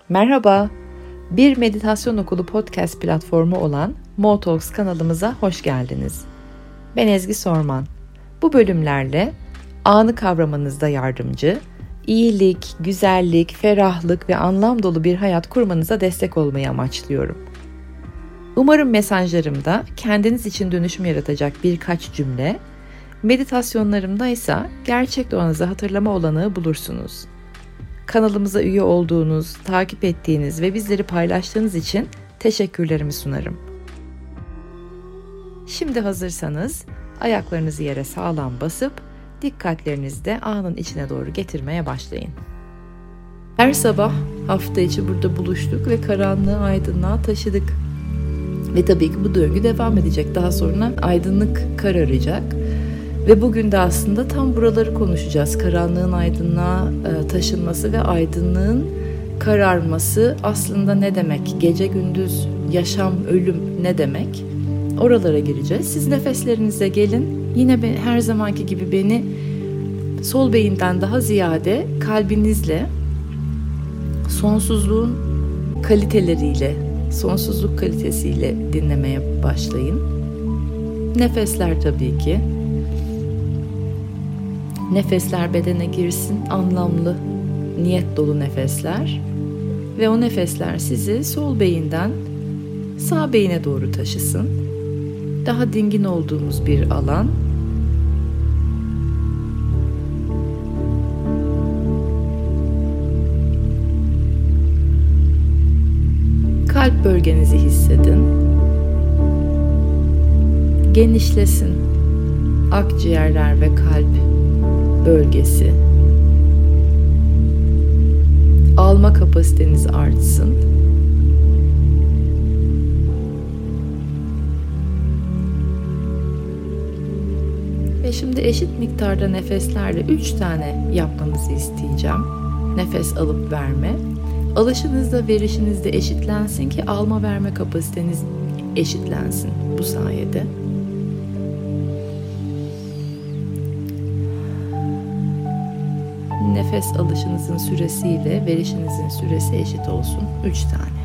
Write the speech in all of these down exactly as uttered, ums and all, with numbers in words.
Merhaba, bir meditasyon okulu podcast platformu olan Motalks kanalımıza hoş geldiniz. Ben Ezgi Sorman. Bu bölümlerle anı kavramanızda yardımcı, iyilik, güzellik, ferahlık ve anlam dolu bir hayat kurmanıza destek olmayı amaçlıyorum. Umarım mesajlarımda kendiniz için dönüşüm yaratacak birkaç cümle, meditasyonlarımda ise gerçek doğanızı hatırlama olanağı bulursunuz. Kanalımıza üye olduğunuz, takip ettiğiniz ve bizleri paylaştığınız için teşekkürlerimi sunarım. Şimdi hazırsanız ayaklarınızı yere sağlam basıp dikkatlerinizi de anın içine doğru getirmeye başlayın. Her sabah hafta içi burada buluştuk ve karanlığı aydınlığa taşıdık. Ve tabii ki bu döngü devam edecek. Daha sonra aydınlık kararacak. Ve bugün de aslında tam buraları konuşacağız. Karanlığın aydınlığa taşınması ve aydınlığın kararması aslında ne demek? Gece gündüz, yaşam, ölüm ne demek? Oralara gireceğiz. Siz nefeslerinize gelin. Yine ben, her zamanki gibi beni sol beyinden daha ziyade kalbinizle, sonsuzluğun kaliteleriyle, sonsuzluk kalitesiyle dinlemeye başlayın. Nefesler tabii ki. Nefesler bedene girsin, anlamlı, niyet dolu nefesler ve o nefesler sizi sol beyinden sağ beyine doğru taşısın. Daha dingin olduğumuz bir alan. Kalp bölgenizi hissedin. Genişlesin akciğerler ve kalp bölgesi. Alma kapasiteniz artsın. Ve şimdi eşit miktarda nefeslerle üç tane yapmanızı isteyeceğim. Nefes alıp verme. Alışınızda, verişinizde eşitlensin ki alma verme kapasiteniz eşitlensin bu sayede. Nefes alışınızın süresiyle verişinizin süresi eşit olsun. Üç tane.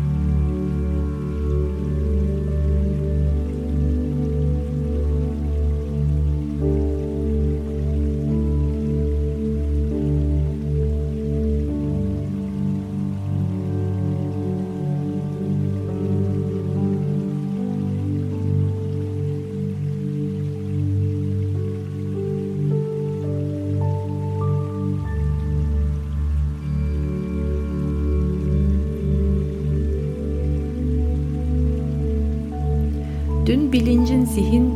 Dün bilincin zihin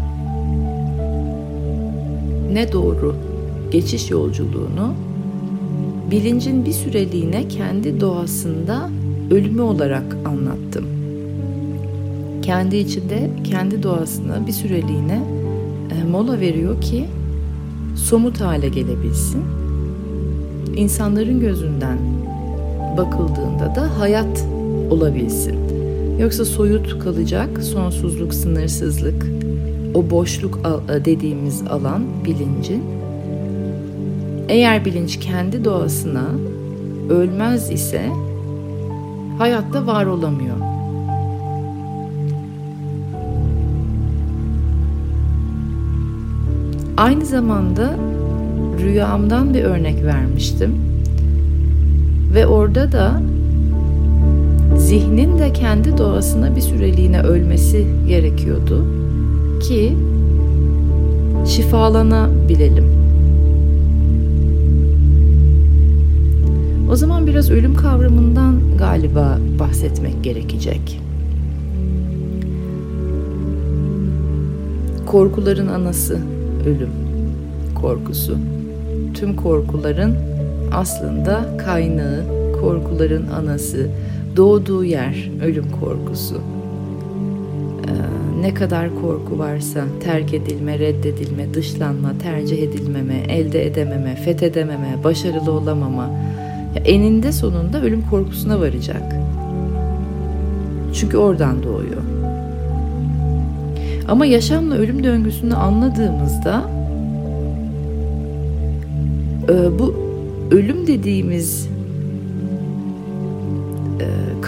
ne doğru geçiş yolculuğunu bilincin bir süreliğine kendi doğasında ölümü olarak anlattım. Kendi içinde kendi doğasına bir süreliğine e, mola veriyor ki somut hale gelebilsin. İnsanların gözünden bakıldığında da hayat olabilsin. Yoksa soyut kalacak, sonsuzluk, sınırsızlık, o boşluk dediğimiz alan bilincin. Eğer bilinç kendi doğasına ölmez ise hayatta var olamıyor. Aynı zamanda rüyamdan bir örnek vermiştim. Ve orada da zihnin de kendi doğasına bir süreliğine ölmesi gerekiyordu ki şifalanabilelim. O zaman biraz ölüm kavramından galiba bahsetmek gerekecek. Korkuların anası ölüm korkusu. Tüm korkuların aslında kaynağı, korkuların anası, doğduğu yer ölüm korkusu. Ee, ne kadar korku varsa terk edilme, reddedilme, dışlanma, tercih edilmeme, elde edememe, fethedememe, başarılı olamama, ya eninde sonunda ölüm korkusuna varacak. Çünkü oradan doğuyor. Ama yaşamla ölüm döngüsünü anladığımızda e, bu ölüm dediğimiz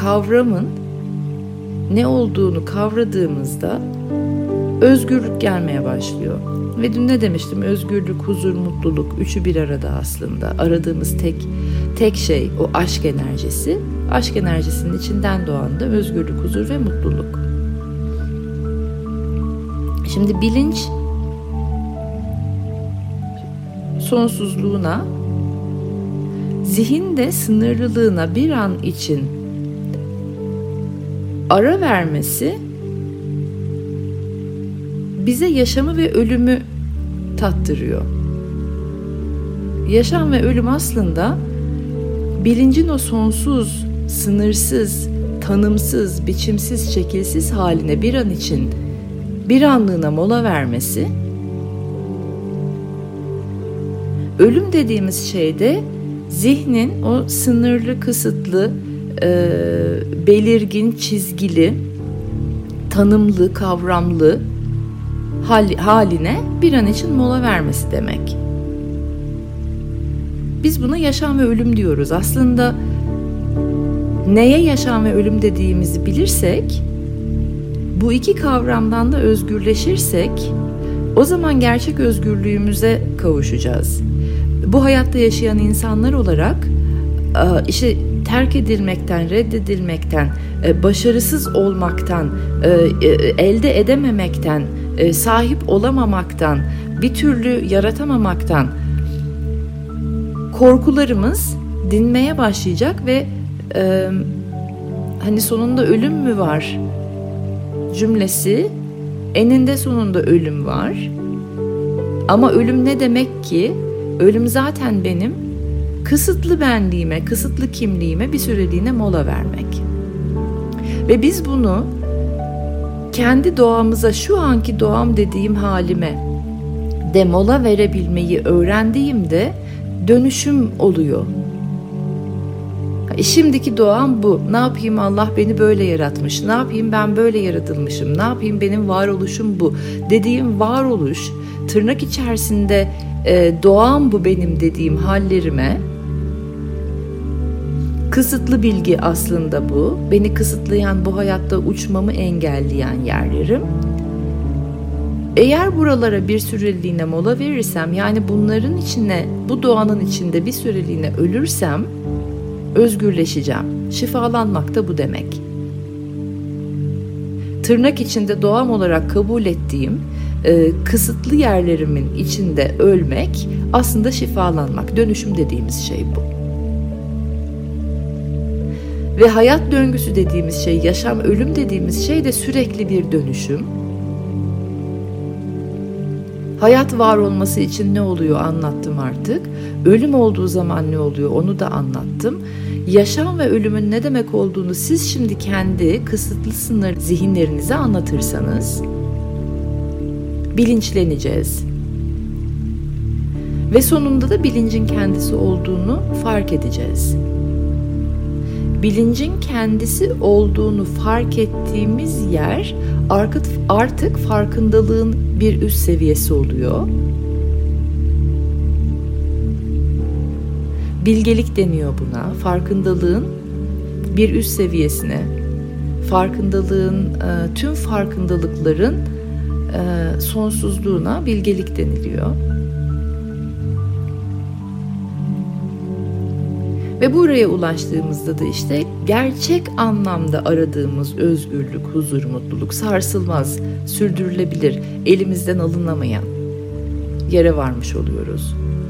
kavramın ne olduğunu kavradığımızda özgürlük gelmeye başlıyor. Ve dün ne demiştim? Özgürlük, huzur, mutluluk üçü bir arada aslında. Aradığımız tek tek şey o aşk enerjisi. Aşk enerjisinin içinden doğan da özgürlük, huzur ve mutluluk. Şimdi bilinç sonsuzluğuna, zihin de sınırlılığına bir an için ara vermesi bize yaşamı ve ölümü tattırıyor. Yaşam ve ölüm aslında bilincin o sonsuz, sınırsız, tanımsız, biçimsiz, şekilsiz haline bir an için, bir anlığına mola vermesi, ölüm dediğimiz şey de zihnin o sınırlı, kısıtlı, e, belirgin, çizgili, tanımlı, kavramlı hal, haline bir an için mola vermesi demek. Biz buna yaşam ve ölüm diyoruz. Aslında neye yaşam ve ölüm dediğimizi bilirsek, bu iki kavramdan da özgürleşirsek, o zaman gerçek özgürlüğümüze kavuşacağız. Bu hayatta yaşayan insanlar olarak işte terk edilmekten, reddedilmekten, başarısız olmaktan, elde edememekten, sahip olamamaktan, bir türlü yaratamamaktan korkularımız dinmeye başlayacak ve e, hani sonunda ölüm mü var cümlesi, eninde sonunda ölüm var. Ama ölüm ne demek ki? Ölüm zaten benim kısıtlı benliğime, kısıtlı kimliğime bir süreliğine mola vermek. Ve biz bunu kendi doğamıza, şu anki doğam dediğim halime de mola verebilmeyi öğrendiğimde dönüşüm oluyor. E şimdiki doğam bu. Ne yapayım, Allah beni böyle yaratmış. Ne yapayım, ben böyle yaratılmışım. Ne yapayım, benim varoluşum bu. Dediğim varoluş, tırnak içerisinde e, doğam bu benim dediğim hallerime, kısıtlı bilgi aslında bu. Beni kısıtlayan, bu hayatta uçmamı engelleyen yerlerim. Eğer buralara bir süreliğine mola verirsem, yani bunların içine, bu doğanın içinde bir süreliğine ölürsem özgürleşeceğim. Şifalanmak da bu demek. Tırnak içinde doğam olarak kabul ettiğim e, kısıtlı yerlerimin içinde ölmek aslında şifalanmak, dönüşüm dediğimiz şey bu. Ve hayat döngüsü dediğimiz şey, yaşam, ölüm dediğimiz şey de sürekli bir dönüşüm. Hayat var olması için ne oluyor anlattım artık. Ölüm olduğu zaman ne oluyor onu da anlattım. Yaşam ve ölümün ne demek olduğunu siz şimdi kendi kısıtlı sınır zihinlerinize anlatırsanız bilinçleneceğiz. Ve sonunda da bilincin kendisi olduğunu fark edeceğiz. Bilincin kendisi olduğunu fark ettiğimiz yer artık farkındalığın bir üst seviyesi oluyor. Bilgelik deniyor buna. Farkındalığın bir üst seviyesine, farkındalığın, tüm farkındalıkların sonsuzluğuna bilgelik deniliyor. Ve buraya ulaştığımızda da işte gerçek anlamda aradığımız özgürlük, huzur, mutluluk, sarsılmaz, sürdürülebilir, elimizden alınamayan yere varmış oluyoruz.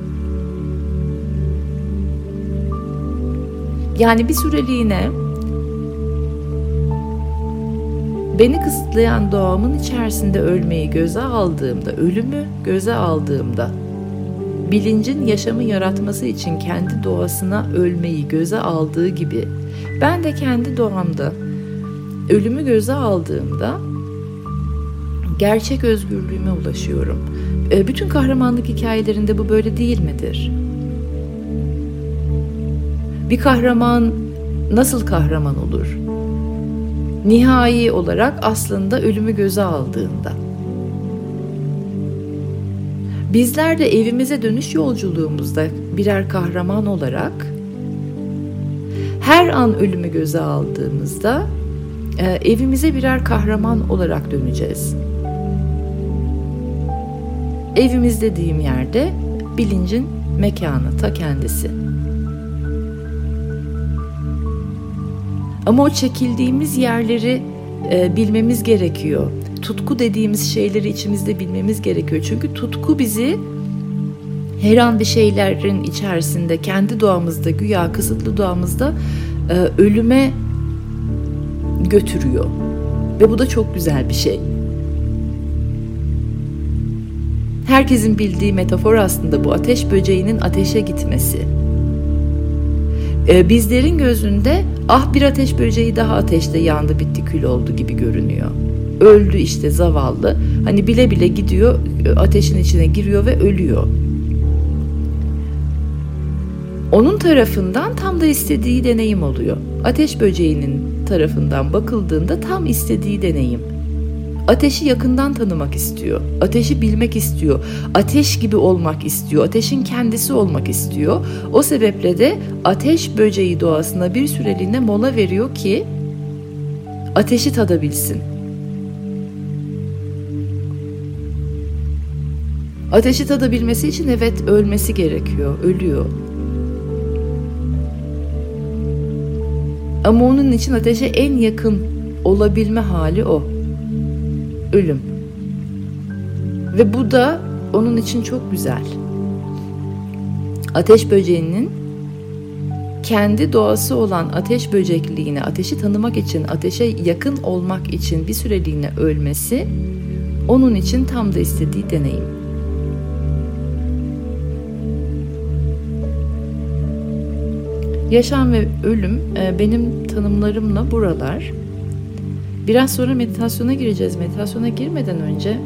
Yani bir süreliğine beni kısıtlayan doğamın içerisinde ölmeyi göze aldığımda, ölümü göze aldığımda, bilincin yaşamı yaratması için kendi doğasına ölmeyi göze aldığı gibi, ben de kendi doğamda ölümü göze aldığımda gerçek özgürlüğüme ulaşıyorum. Bütün kahramanlık hikayelerinde bu böyle değil midir? Bir kahraman nasıl kahraman olur? Nihai olarak aslında ölümü göze aldığında. Bizler de evimize dönüş yolculuğumuzda birer kahraman olarak Her an ölümü göze aldığımızda e, evimize birer kahraman olarak döneceğiz. Evimiz dediğim yerde bilincin mekanı, ta kendisi. Ama o çekildiğimiz yerleri e, bilmemiz gerekiyor. Tutku dediğimiz şeyleri içimizde bilmemiz gerekiyor. Çünkü tutku bizi her an bir şeylerin içerisinde, kendi doğamızda, güya kısıtlı doğamızda e, ölüme götürüyor. Ve bu da çok güzel bir şey. Herkesin bildiği metafor aslında bu, ateş böceğinin ateşe gitmesi. Ee, bizlerin gözünde ah bir ateş böceği daha ateşte yandı, bitti, kül oldu gibi görünüyor. Öldü işte zavallı. Hani bile bile gidiyor, ateşin içine giriyor ve ölüyor. Onun tarafından tam da istediği deneyim oluyor. Ateş böceğinin tarafından bakıldığında tam istediği deneyim. Ateşi yakından tanımak istiyor. Ateşi bilmek istiyor. Ateş gibi olmak istiyor. Ateşin kendisi olmak istiyor. O sebeple de ateş böceği doğasına bir süreliğine mola veriyor ki ateşi tadabilsin. Ateşi tadabilmesi için evet ölmesi gerekiyor. Ölüyor. Ama onun için ateşe en yakın olabilme hali o. Ölüm. Ve bu da onun için çok güzel. Ateş böceğinin kendi doğası olan ateş böcekliğini, ateşi tanımak için, ateşe yakın olmak için bir süreliğine ölmesi onun için tam da istediği deneyim. Yaşam ve ölüm benim tanımlarımla buralar. Biraz sonra meditasyona gireceğiz. Meditasyona girmeden önce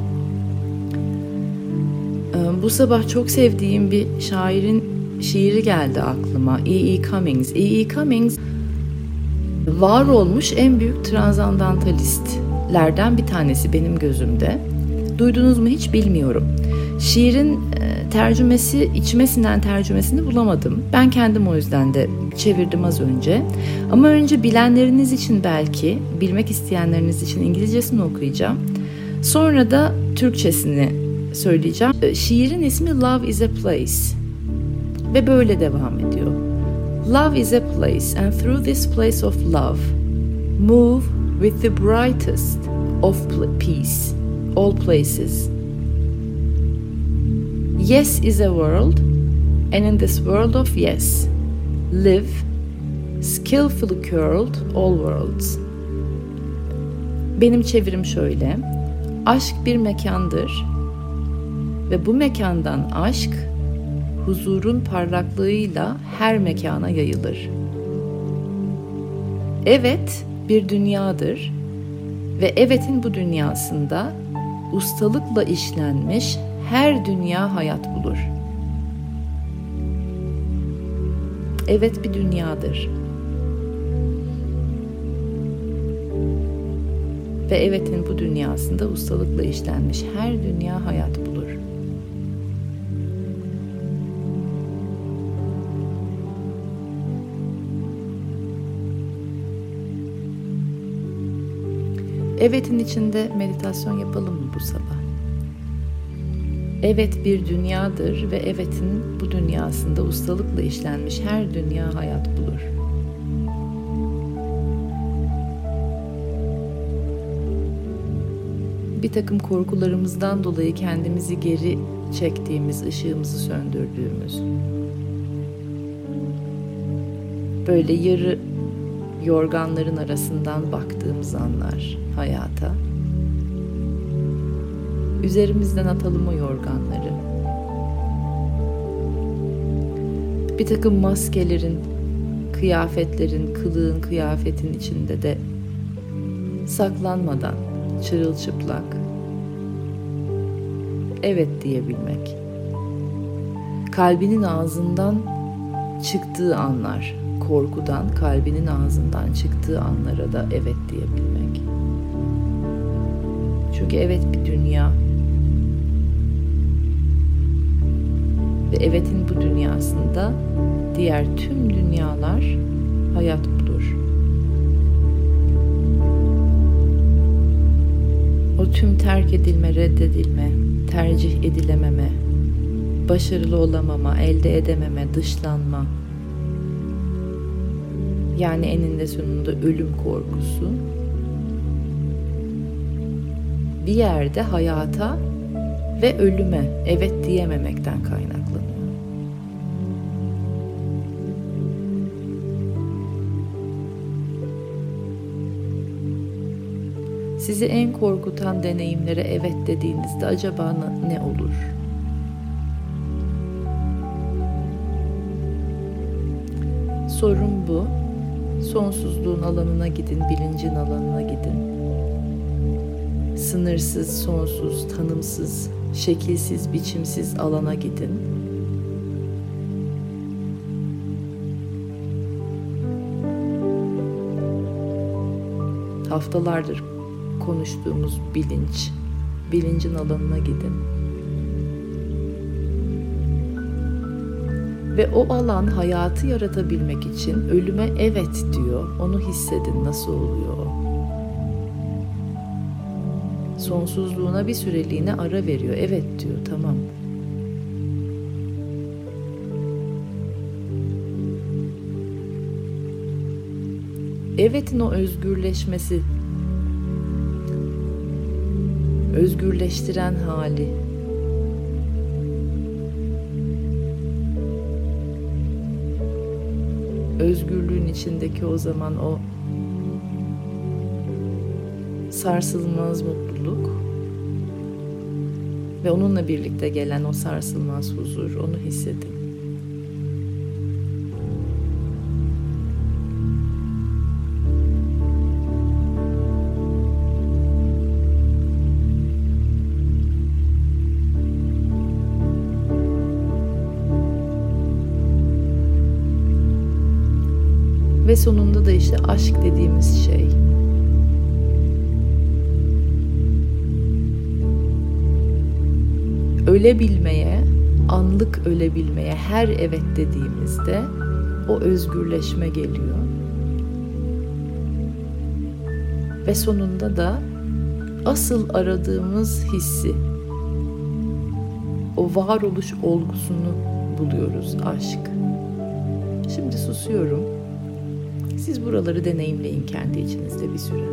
bu sabah çok sevdiğim bir şairin şiiri geldi aklıma. E E. Cummings. E E. Cummings var olmuş en büyük transandantalistlerden bir tanesi benim gözümde. Duydunuz mu hiç bilmiyorum. Şiirin tercümesi, içime sinen tercümesini bulamadım. Ben kendim o yüzden de çevirdim az önce. Ama önce bilenleriniz için, belki bilmek isteyenleriniz için İngilizcesini okuyacağım. Sonra da Türkçesini söyleyeceğim. Şiirin ismi Love is a Place ve böyle devam ediyor. Love is a place, and through this place of love move with the brightest of peace, all places. Yes is a world, and in this world of yes, live, skillfully curled all worlds. Benim çevirim şöyle: aşk bir mekandır ve bu mekandan aşk, huzurun parlaklığıyla her mekana yayılır. Evet bir dünyadır ve evetin bu dünyasında ustalıkla işlenmiş her dünya hayat bulur. Evet bir dünyadır. Ve evetin bu dünyasında ustalıkla işlenmiş her dünya hayat bulur. Evetin içinde meditasyon yapalım mı bu sabah? Evet bir dünyadır ve evetin bu dünyasında ustalıkla işlenmiş her dünya hayat bulur. Bir takım korkularımızdan dolayı kendimizi geri çektiğimiz, ışığımızı söndürdüğümüz, böyle yarı yorganların arasından baktığımız anlar hayata. Üzerimizden atalım o yorganları. Bir takım maskelerin, kıyafetlerin, kılığın, kıyafetin içinde de saklanmadan, çırılçıplak evet diyebilmek. Kalbinin ağzından çıktığı anlar, korkudan kalbinin ağzından çıktığı anlara da evet diyebilmek. Çünkü evet bir dünya. Ve evetin bu dünyasında diğer tüm dünyalar Hayat budur. O tüm terk edilme, reddedilme, tercih edilememe, başarılı olamama, elde edememe, dışlanma, yani eninde sonunda ölüm korkusu bir yerde hayata ve ölüme evet diyememekten kaynaklanıyor. Sizi en korkutan deneyimlere evet dediğinizde acaba ne olur? Sorun bu. Sonsuzluğun alanına gidin, bilincin alanına gidin. Sınırsız, sonsuz, tanımsız, şekilsiz, biçimsiz alana gidin. Haftalardır konuştuğumuz bilinç, bilincin alanına gidin. Ve o alan hayatı yaratabilmek için ölüme evet diyor. Onu hissedin, nasıl oluyor o? Sonsuzluğuna bir süreliğine ara veriyor. Evet diyor, tamam. Evet'in o özgürleşmesi, özgürleştiren hali, özgürlüğün içindeki o zaman o sarsılmaz mutluluk ve onunla birlikte gelen o sarsılmaz huzur, onu hissedin. Ve sonunda da işte aşk dediğimiz şey. Ölebilmeye, anlık ölebilmeye her evet dediğimizde o özgürleşme geliyor. Ve sonunda da asıl aradığımız hissi, o varoluş olgusunu buluyoruz, aşk. Şimdi susuyorum. Siz buraları deneyimleyin kendi içinizde bir süre.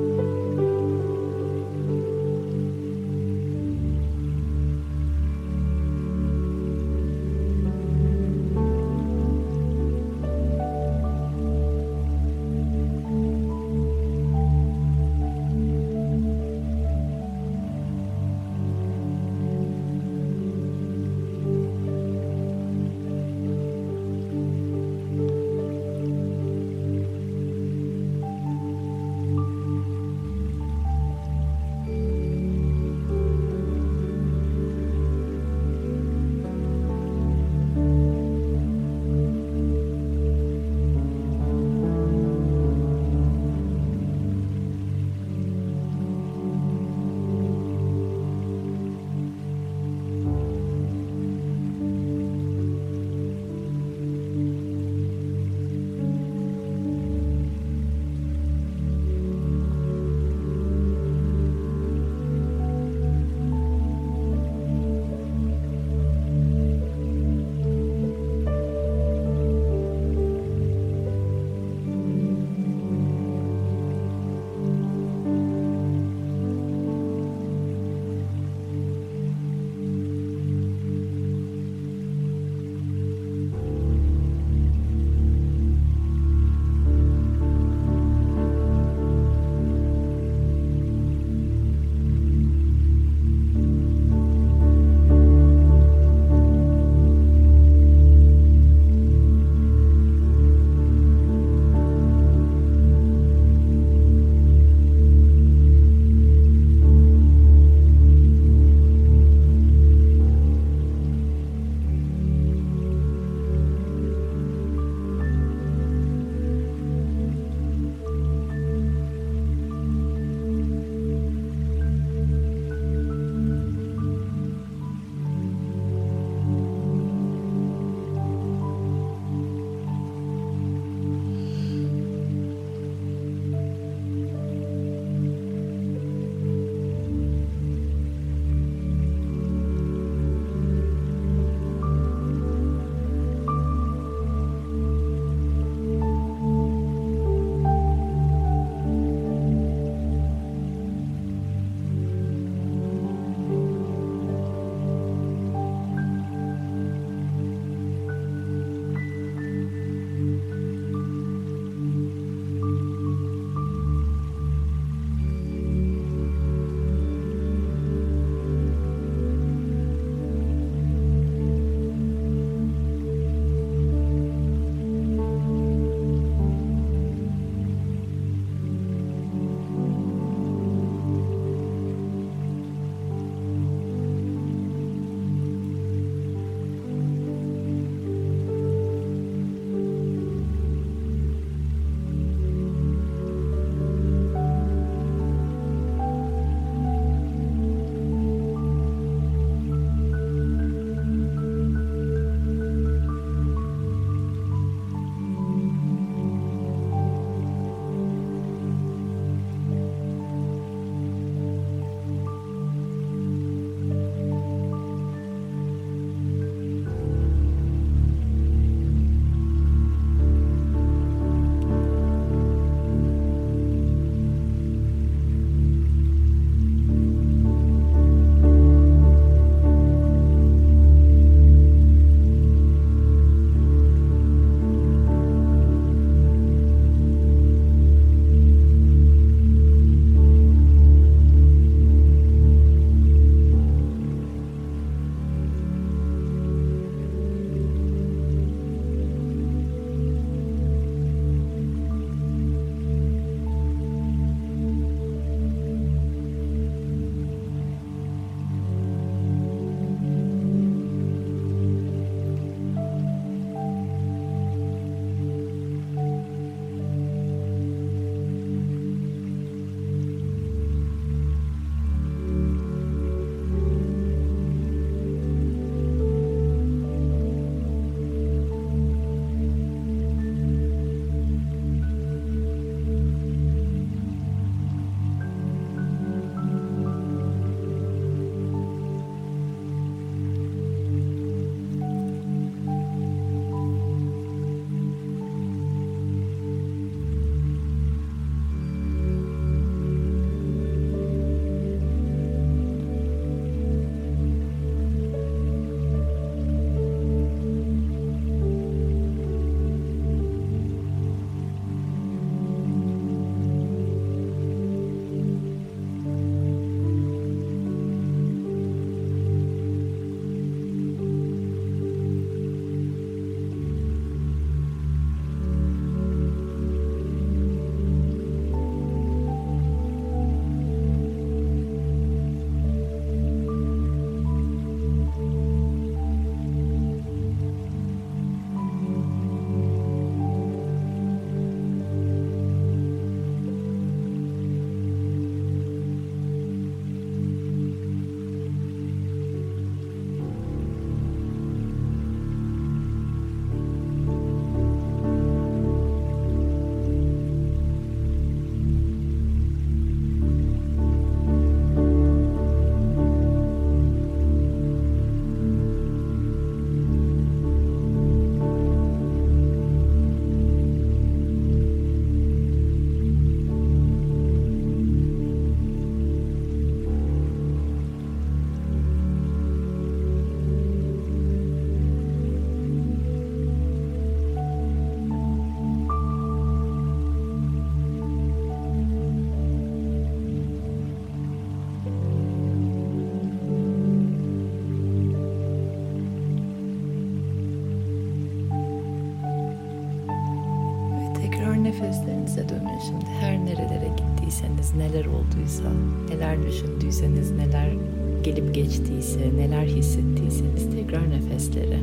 geçtiyseniz, neler olduysa, neler düşündüyseniz, neler gelip geçtiyse, neler hissettiyseniz tekrar nefeslere.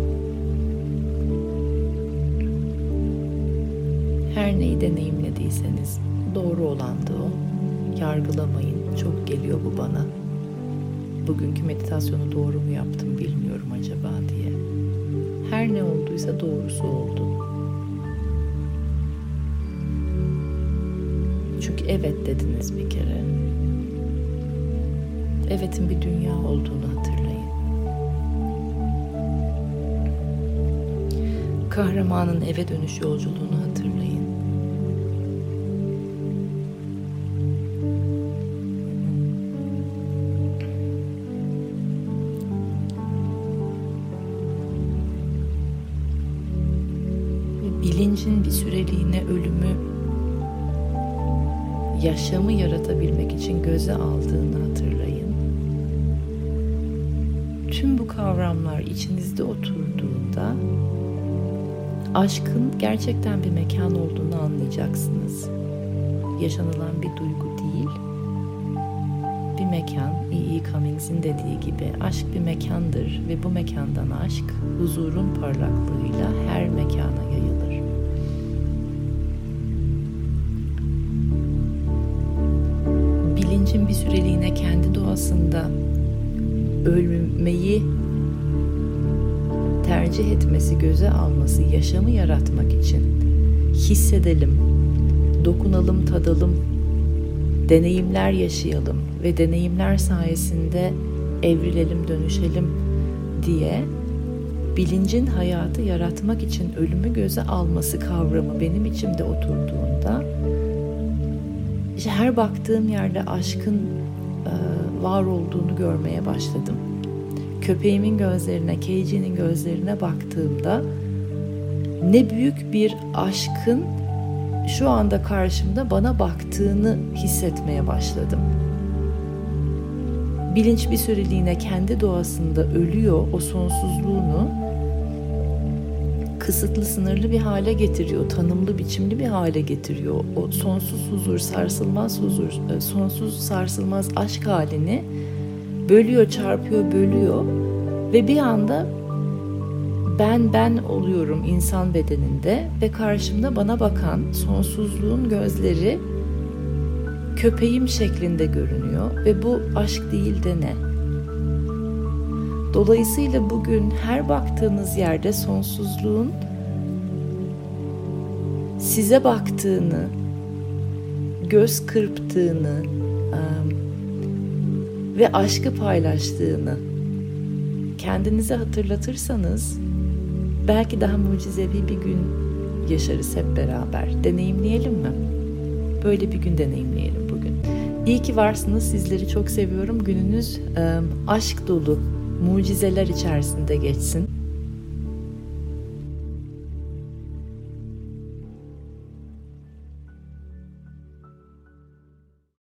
Her neyi deneyimlediyseniz doğru olandı o. Yargılamayın. Çok geliyor bu bana. Bugünkü meditasyonu doğru mu yaptım bilmiyorum acaba diye. Her ne olduysa doğrusu oldu. Çünkü evet dediniz bir kere. Evet'in bir dünya olduğunu hatırlayın. Kahramanın eve dönüş yolculuğunu hatırlayın. Ve bilincin bir süreliğine ölümü, yaşamı yaratabilmek için göze aldığını hatırlayın. Tüm bu kavramlar içinizde oturduğunda aşkın gerçekten bir mekan olduğunu anlayacaksınız. Yaşanılan bir duygu değil, bir mekan. E E. Cummings'in dediği gibi aşk bir mekandır ve bu mekandan aşk huzurun parlaklığıyla her mekana yayılır. Bilincin bir süreliğine kendi doğasında ölmeyi tercih etmesi, göze alması, yaşamı yaratmak için hissedelim, dokunalım, tadalım, deneyimler yaşayalım ve deneyimler sayesinde evrilelim, dönüşelim diye bilincin hayatı yaratmak için ölümü göze alması kavramı benim içimde oturduğunda işte her baktığım yerde aşkın e, var olduğunu görmeye başladım. Köpeğimin gözlerine, Keiji'nin gözlerine baktığımda ne büyük bir aşkın şu anda karşımda bana baktığını hissetmeye başladım. Bilinç bir süreliğine kendi doğasında ölüyor, o sonsuzluğunu kısıtlı, sınırlı bir hale getiriyor, tanımlı, biçimli bir hale getiriyor. O sonsuz huzur, sarsılmaz huzur, sonsuz sarsılmaz aşk halini bölüyor, çarpıyor, bölüyor ve bir anda ben ben oluyorum insan bedeninde ve karşımda bana bakan sonsuzluğun gözleri köpeğim şeklinde görünüyor ve bu aşk değil de ne? Dolayısıyla bugün her baktığınız yerde sonsuzluğun size baktığını, göz kırptığını ve aşkı paylaştığını kendinize hatırlatırsanız belki daha mucizevi bir gün yaşarız hep beraber. Deneyimleyelim mi? Böyle bir gün deneyimleyelim bugün. İyi ki varsınız. Sizleri çok seviyorum. Gününüz e, aşk dolu, mucizeler içerisinde geçsin.